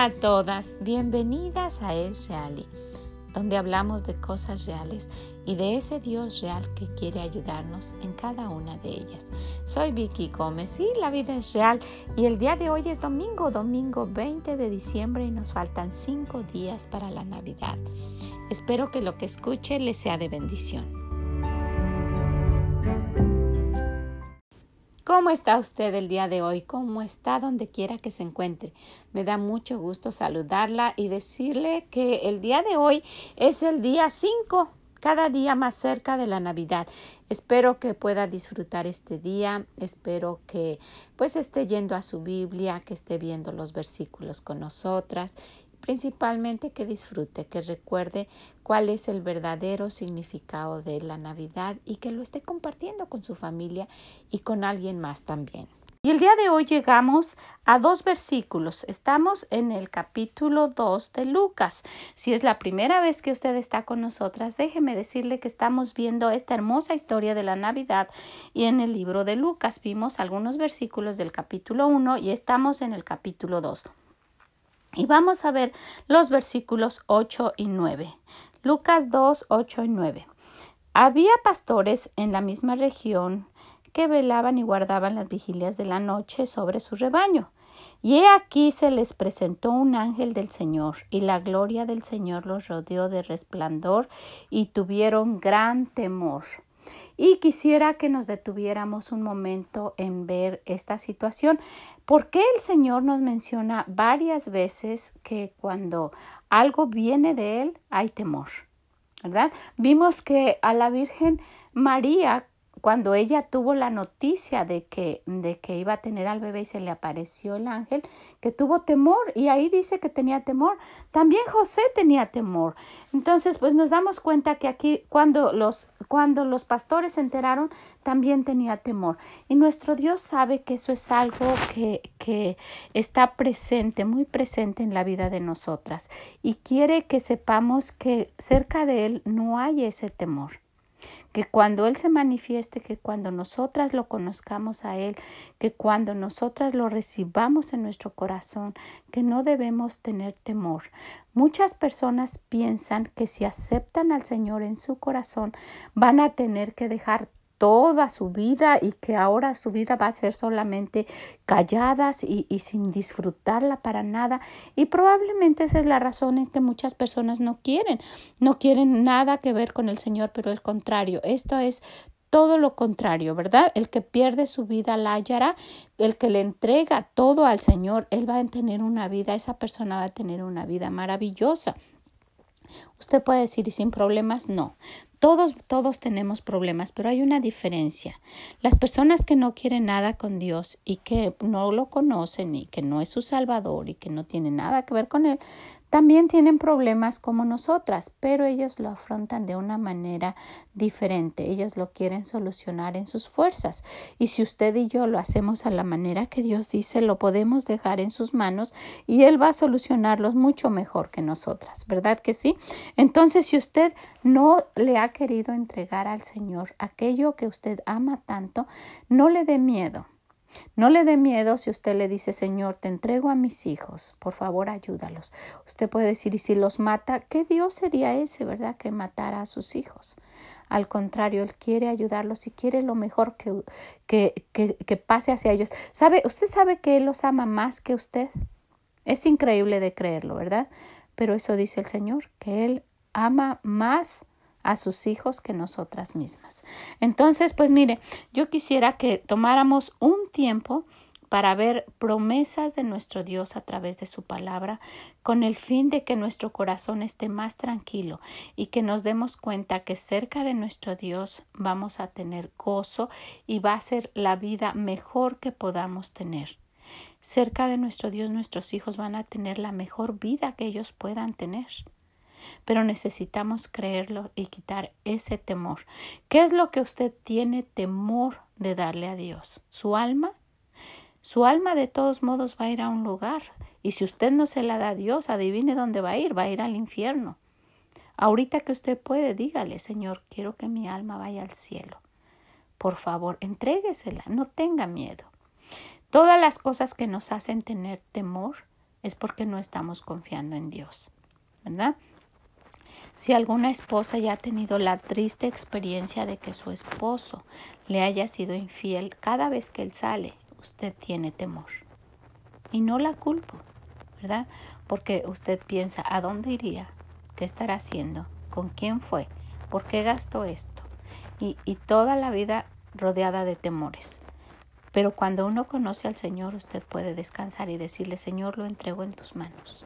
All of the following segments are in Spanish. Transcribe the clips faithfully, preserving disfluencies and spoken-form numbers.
a todas, bienvenidas a Es Reali, donde hablamos de cosas reales y de ese Dios real que quiere ayudarnos en cada una de ellas. Soy Vicky Gómez y la vida es real y el día de hoy es domingo, domingo veinte de diciembre y nos faltan cinco días para la Navidad. Espero que lo que escuche les sea de bendición. ¿Cómo está usted el día de hoy? ¿Cómo está donde quiera que se encuentre? Me da mucho gusto saludarla y decirle que el día de hoy es el día cinco, cada día más cerca de la Navidad. Espero que pueda disfrutar este día, espero que pues esté yendo a su Biblia, que esté viendo los versículos con nosotras. Principalmente que disfrute, que recuerde cuál es el verdadero significado de la Navidad y que lo esté compartiendo con su familia y con alguien más también. Y el día de hoy llegamos a dos versículos. Estamos en el capítulo dos de Lucas. Si es la primera vez que usted está con nosotras, déjeme decirle que estamos viendo esta hermosa historia de la Navidad y en el libro de Lucas vimos algunos versículos del capítulo uno y estamos en el capítulo dos. Y vamos a ver los versículos ocho y nueve. Lucas dos, ocho y nueve. Había pastores en la misma región que velaban y guardaban las vigilias de la noche sobre su rebaño. Y he aquí se les presentó un ángel del Señor, y la gloria del Señor los rodeó de resplandor, y tuvieron gran temor. Y quisiera que nos detuviéramos un momento en ver esta situación. ¿Por qué el Señor nos menciona varias veces que cuando algo viene de Él hay temor? ¿Verdad? Vimos que a la Virgen María, cuando ella tuvo la noticia de que, de que iba a tener al bebé y se le apareció el ángel, que tuvo temor, y ahí dice que tenía temor. También José tenía temor. Entonces, pues nos damos cuenta que aquí cuando los, cuando los pastores se enteraron, también tenía temor. Y nuestro Dios sabe que eso es algo que, que está presente, muy presente en la vida de nosotras. Y quiere que sepamos que cerca de Él no hay ese temor. Que cuando Él se manifieste, que cuando nosotras lo conozcamos a Él, que cuando nosotras lo recibamos en nuestro corazón, que no debemos tener temor. Muchas personas piensan que si aceptan al Señor en su corazón, van a tener que dejar toda su vida y que ahora su vida va a ser solamente calladas y, y sin disfrutarla para nada. Y probablemente esa es la razón en que muchas personas no quieren, no quieren nada que ver con el Señor, pero al contrario, esto es todo lo contrario, ¿verdad? El que pierde su vida la hallará, el que le entrega todo al Señor, él va a tener una vida, esa persona va a tener una vida maravillosa. Usted puede decir, ¿y sin problemas? No. Todos, todos tenemos problemas, pero hay una diferencia. Las personas que no quieren nada con Dios y que no lo conocen y que no es su Salvador y que no tienen nada que ver con Él, también tienen problemas como nosotras, pero ellos lo afrontan de una manera diferente. Ellos lo quieren solucionar en sus fuerzas. Y si usted y yo lo hacemos a la manera que Dios dice, lo podemos dejar en sus manos y Él va a solucionarlos mucho mejor que nosotras, ¿verdad que sí? Entonces, si usted no le ha querido entregar al Señor aquello que usted ama tanto, no le dé miedo. No le dé miedo si usted le dice, Señor, te entrego a mis hijos, por favor ayúdalos. Usted puede decir, y si los mata, ¿qué Dios sería ese, verdad, que matara a sus hijos? Al contrario, Él quiere ayudarlos y quiere lo mejor que, que, que, que pase hacia ellos. ¿Sabe? Usted sabe que Él los ama más que usted. Es increíble de creerlo, ¿verdad? Pero eso dice el Señor, que Él ama más a sus hijos que nosotras mismas. Entonces, pues mire, yo quisiera que tomáramos un tiempo para ver promesas de nuestro Dios a través de su palabra, con el fin de que nuestro corazón esté más tranquilo y que nos demos cuenta que cerca de nuestro Dios vamos a tener gozo y va a ser la vida mejor que podamos tener. Cerca de nuestro Dios, nuestros hijos van a tener la mejor vida que ellos puedan tener. Pero necesitamos creerlo y quitar ese temor. ¿Qué es lo que usted tiene temor de darle a Dios? ¿Su alma? Su alma de todos modos va a ir a un lugar. Y si usted no se la da a Dios, adivine dónde va a ir. Va a ir al infierno. Ahorita que usted puede, dígale, Señor, quiero que mi alma vaya al cielo. Por favor, entréguesela. No tenga miedo. Todas las cosas que nos hacen tener temor es porque no estamos confiando en Dios, ¿verdad? Si alguna esposa ya ha tenido la triste experiencia de que su esposo le haya sido infiel cada vez que él sale, usted tiene temor. Y no la culpo, ¿verdad? Porque usted piensa, ¿a dónde iría? ¿Qué estará haciendo? ¿Con quién fue? ¿Por qué gastó esto? Y, y toda la vida rodeada de temores. Pero cuando uno conoce al Señor, usted puede descansar y decirle, Señor, lo entrego en tus manos.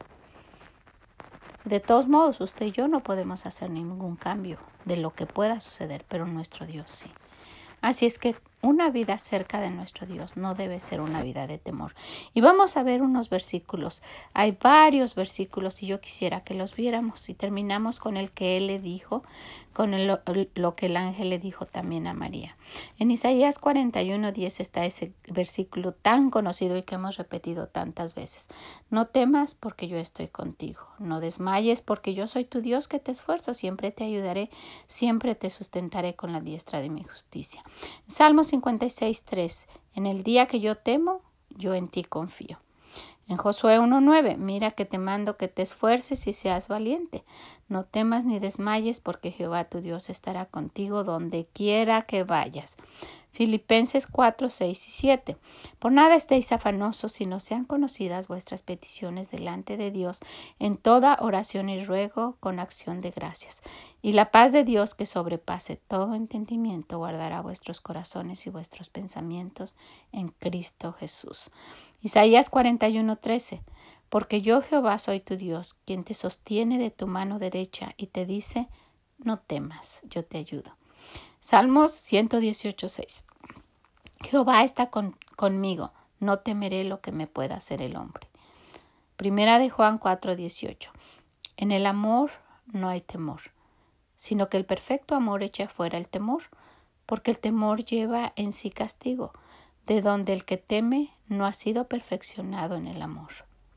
De todos modos, usted y yo no podemos hacer ningún cambio de lo que pueda suceder, pero nuestro Dios sí. Así es que una vida cerca de nuestro Dios no debe ser una vida de temor. Y vamos a ver unos versículos. Hay varios versículos y yo quisiera que los viéramos. Y terminamos con el que Él le dijo, con el, lo que el ángel le dijo también a María. En Isaías cuarenta y uno diez está ese versículo tan conocido y que hemos repetido tantas veces. No temas porque yo estoy contigo. No desmayes porque yo soy tu Dios que te esfuerzo. Siempre te ayudaré, siempre te sustentaré con la diestra de mi justicia. Salmo cincuenta y seis, tres. En el día que yo temo, yo en ti confío. En Josué uno nueve, mira que te mando que te esfuerces y seas valiente. No temas ni desmayes, porque Jehová tu Dios estará contigo donde quiera que vayas. Filipenses cuatro, seis y siete. Por nada estéis afanosos, sino sean conocidas vuestras peticiones delante de Dios en toda oración y ruego con acción de gracias. Y la paz de Dios, que sobrepase todo entendimiento, guardará vuestros corazones y vuestros pensamientos en Cristo Jesús. Isaías cuarenta y uno, trece. Porque yo Jehová soy tu Dios, quien te sostiene de tu mano derecha y te dice, no temas, yo te ayudo. Salmos ciento dieciocho, seis. Jehová está con, conmigo, no temeré lo que me pueda hacer el hombre. Primera de Juan cuatro, dieciocho. En el amor no hay temor, sino que el perfecto amor echa fuera el temor, porque el temor lleva en sí castigo, de donde el que teme no ha sido perfeccionado en el amor.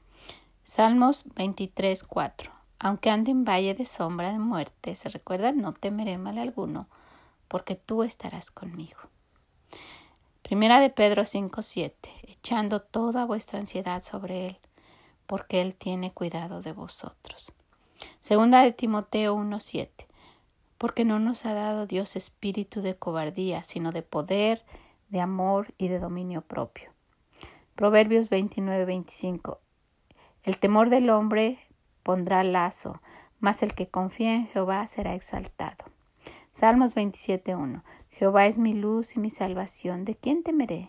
Salmos veintitrés, cuatro. Aunque ande en valle de sombra de muerte, se recuerda, no temeré mal alguno, porque tú estarás conmigo. Primera de Pedro cinco, siete. Echando toda vuestra ansiedad sobre él, porque él tiene cuidado de vosotros. Segunda de Timoteo uno, siete. Porque no nos ha dado Dios espíritu de cobardía, sino de poder, de amor y de dominio propio. Proverbios veintinueve, veinticinco. El temor del hombre pondrá lazo, mas el que confía en Jehová será exaltado. Salmos veintisiete, uno. Jehová es mi luz y mi salvación, ¿de quién temeré?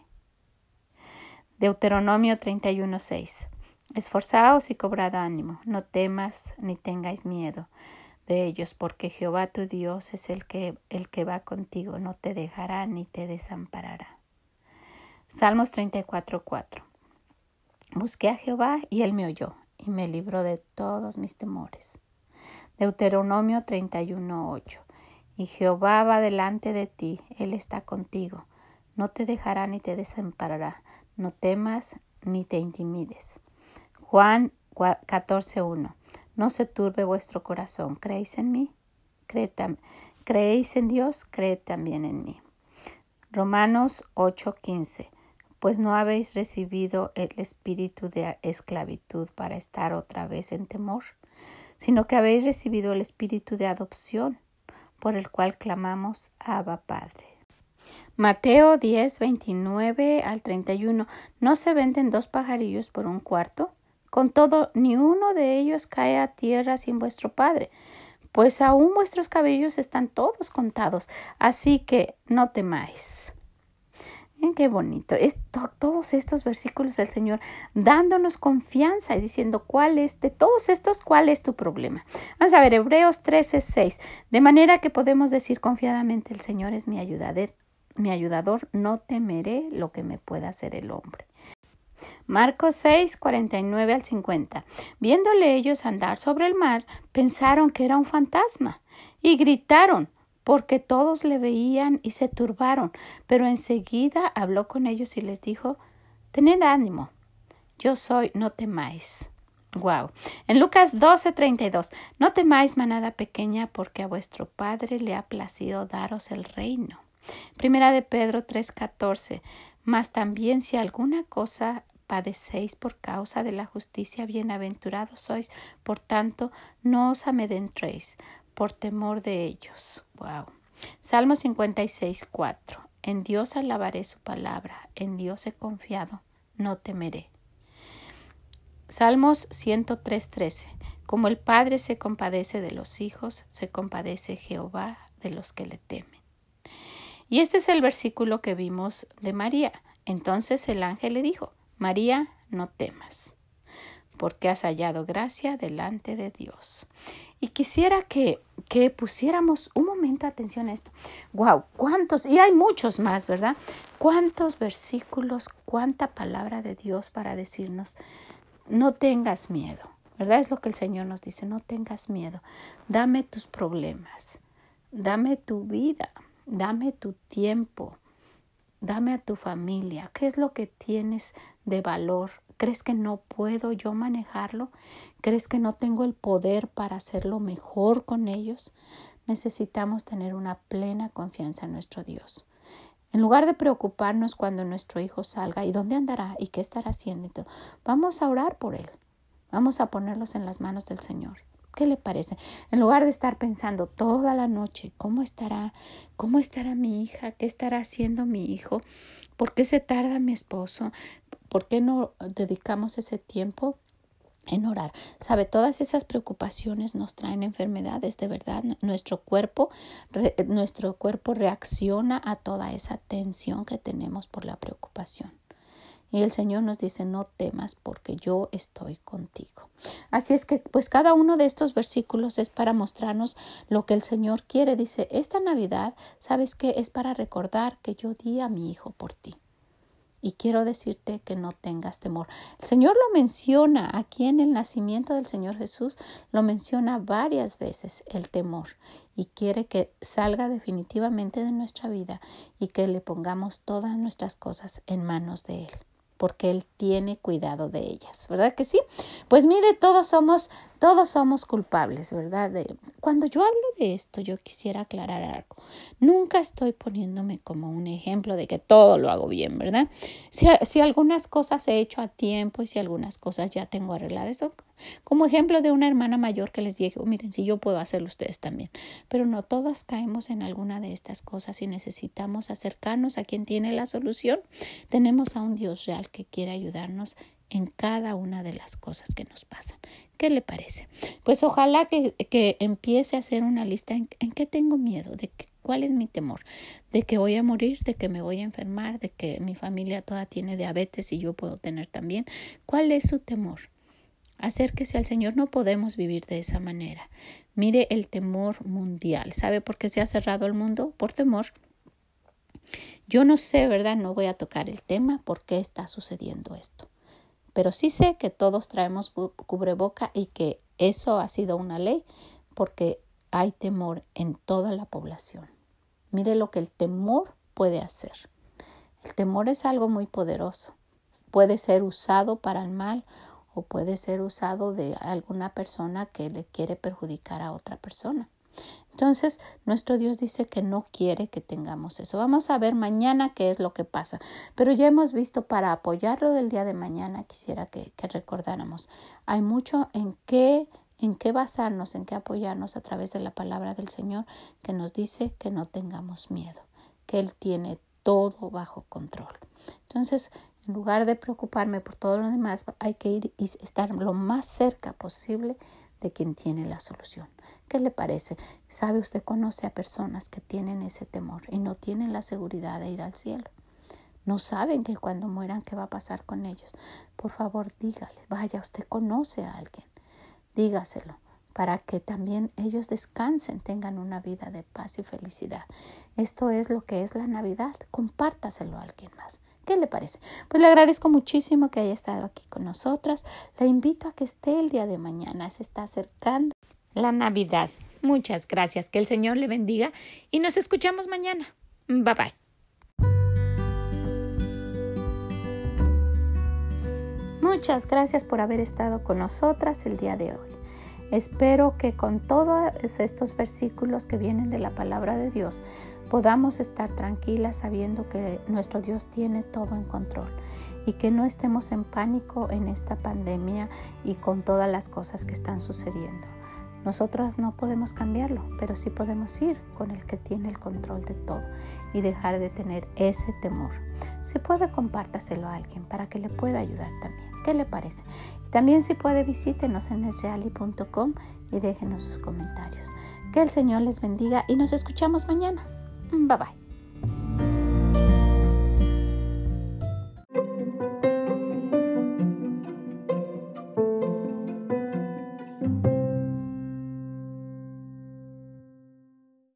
Deuteronomio treinta y uno, seis. Esforzaos y cobrad ánimo, no temas ni tengáis miedo de ellos, porque Jehová tu Dios es el que, el que va contigo, no te dejará ni te desamparará. Salmos treinta y cuatro, cuatro. Busqué a Jehová y él me oyó y me libró de todos mis temores. Deuteronomio treinta y uno, ocho. Y Jehová va delante de ti, él está contigo, no te dejará ni te desamparará, no temas ni te intimides. Juan catorce, uno. No se turbe vuestro corazón, ¿creéis en mí? ¿Creéis en Dios? Creed también en mí. Romanos ocho, quince. Pues no habéis recibido el espíritu de esclavitud para estar otra vez en temor, sino que habéis recibido el espíritu de adopción, por el cual clamamos Abba Padre. Mateo diez, veintinueve al treinta y uno. ¿No se venden dos pajarillos por un cuarto? Con todo, ni uno de ellos cae a tierra sin vuestro Padre, pues aún vuestros cabellos están todos contados, así que no temáis. Miren qué bonito. Es to- todos estos versículos del Señor dándonos confianza y diciendo cuál es, de todos estos, cuál es tu problema. Vamos a ver, Hebreos trece, seis. De manera que podemos decir confiadamente, el Señor es mi ayudador, mi ayudador, no temeré lo que me pueda hacer el hombre. Marcos seis, cuarenta y nueve al cincuenta. Viéndole ellos andar sobre el mar, pensaron que era un fantasma y gritaron, porque todos le veían y se turbaron, pero enseguida habló con ellos y les dijo, tened ánimo, yo soy, no temáis. Wow. En Lucas doce, treinta y dos, no temáis, manada pequeña, porque a vuestro Padre le ha placido daros el reino. Primera de Pedro tres, catorce, mas también si alguna cosa padecéis por causa de la justicia, bienaventurados sois. Por tanto, no os amedrentéis por temor de ellos. Wow. Salmo cincuenta y seis, cuatro. En Dios alabaré su palabra, en Dios he confiado, no temeré. Salmos ciento tres, trece. Como el Padre se compadece de los hijos, se compadece Jehová de los que le temen. Y este es el versículo que vimos de María. Entonces el ángel le dijo, María, no temas, porque has hallado gracia delante de Dios. Y quisiera que, que pusiéramos un momento atención a esto. ¡Wow! ¿Cuántos? Y hay muchos más, ¿verdad? ¿Cuántos versículos, cuánta palabra de Dios para decirnos, no tengas miedo? ¿Verdad? Es lo que el Señor nos dice, no tengas miedo. Dame tus problemas, dame tu vida, dame tu tiempo, dame a tu familia. ¿Qué es lo que tienes de valor? ¿Crees que no puedo yo manejarlo? ¿Crees que no tengo el poder para hacerlo mejor con ellos? Necesitamos tener una plena confianza en nuestro Dios. En lugar de preocuparnos cuando nuestro hijo salga y dónde andará y qué estará haciendo y todo, vamos a orar por él. Vamos a ponerlos en las manos del Señor. ¿Qué le parece? En lugar de estar pensando toda la noche, ¿cómo estará? ¿Cómo estará mi hija? ¿Qué estará haciendo mi hijo? ¿Por qué se tarda mi esposo? ¿Por qué no dedicamos ese tiempo en orar? Sabe, todas esas preocupaciones nos traen enfermedades, de verdad. Nuestro cuerpo, re, nuestro cuerpo reacciona a toda esa tensión que tenemos por la preocupación. Y el Señor nos dice, no temas porque yo estoy contigo. Así es que pues cada uno de estos versículos es para mostrarnos lo que el Señor quiere. Dice, esta Navidad, ¿sabes qué? Es para recordar que yo di a mi hijo por ti. Y quiero decirte que no tengas temor. El Señor lo menciona aquí en el nacimiento del Señor Jesús, lo menciona varias veces el temor. Y quiere que salga definitivamente de nuestra vida y que le pongamos todas nuestras cosas en manos de Él, porque Él tiene cuidado de ellas, ¿verdad que sí? Pues mire, todos somos, todos somos culpables, ¿verdad? De, cuando yo hablo de esto, yo quisiera aclarar algo. Nunca estoy poniéndome como un ejemplo de que todo lo hago bien, ¿verdad? Si, si algunas cosas he hecho a tiempo y si algunas cosas ya tengo arregladas, eso como ejemplo de una hermana mayor que les dije, oh, miren, si yo puedo hacerlo, ustedes también. Pero no todas caemos en alguna de estas cosas y necesitamos acercarnos a quien tiene la solución. Tenemos a un Dios real que quiere ayudarnos en cada una de las cosas que nos pasan. ¿Qué le parece? Pues ojalá que, que empiece a hacer una lista en, en qué tengo miedo, de que, cuál es mi temor, de que voy a morir, de que me voy a enfermar, de que mi familia toda tiene diabetes y yo puedo tener también. ¿Cuál es su temor? Acérquese al Señor, no podemos vivir de esa manera. Mire el temor mundial. ¿Sabe por qué se ha cerrado el mundo? Por temor. Yo no sé, ¿verdad? No voy a tocar el tema por qué está sucediendo esto. Pero sí sé que todos traemos cubreboca y que eso ha sido una ley porque hay temor en toda la población. Mire lo que el temor puede hacer. El temor es algo muy poderoso. Puede ser usado para el mal o puede ser usado de alguna persona que le quiere perjudicar a otra persona. Entonces, nuestro Dios dice que no quiere que tengamos eso. Vamos a ver mañana qué es lo que pasa. Pero ya hemos visto, para apoyarlo del día de mañana, quisiera que, que recordáramos. Hay mucho en qué, en qué basarnos, en qué apoyarnos a través de la palabra del Señor, que nos dice que no tengamos miedo, que Él tiene todo bajo control. Entonces, en lugar de preocuparme por todo lo demás, hay que ir y estar lo más cerca posible de quien tiene la solución. ¿Qué le parece? ¿Sabe? Usted conoce a personas que tienen ese temor y no tienen la seguridad de ir al cielo. No saben que cuando mueran, ¿qué va a pasar con ellos? Por favor, dígale, vaya, usted conoce a alguien, dígaselo, para que también ellos descansen, tengan una vida de paz y felicidad. Esto es lo que es la Navidad. Compártaselo a alguien más. ¿Qué le parece? Pues le agradezco muchísimo que haya estado aquí con nosotras. Le invito a que esté el día de mañana. Se está acercando la Navidad. Muchas gracias. Que el Señor le bendiga y nos escuchamos mañana. Bye bye. Muchas gracias por haber estado con nosotras el día de hoy. Espero que con todos estos versículos que vienen de la palabra de Dios podamos estar tranquilas sabiendo que nuestro Dios tiene todo en control y que no estemos en pánico en esta pandemia y con todas las cosas que están sucediendo. Nosotros no podemos cambiarlo, pero sí podemos ir con el que tiene el control de todo y dejar de tener ese temor. Si puede, compártaselo a alguien para que le pueda ayudar también. ¿Qué le parece? Y también, si puede, visítenos en nesreali punto com y déjenos sus comentarios. Que el Señor les bendiga y nos escuchamos mañana. Bye bye.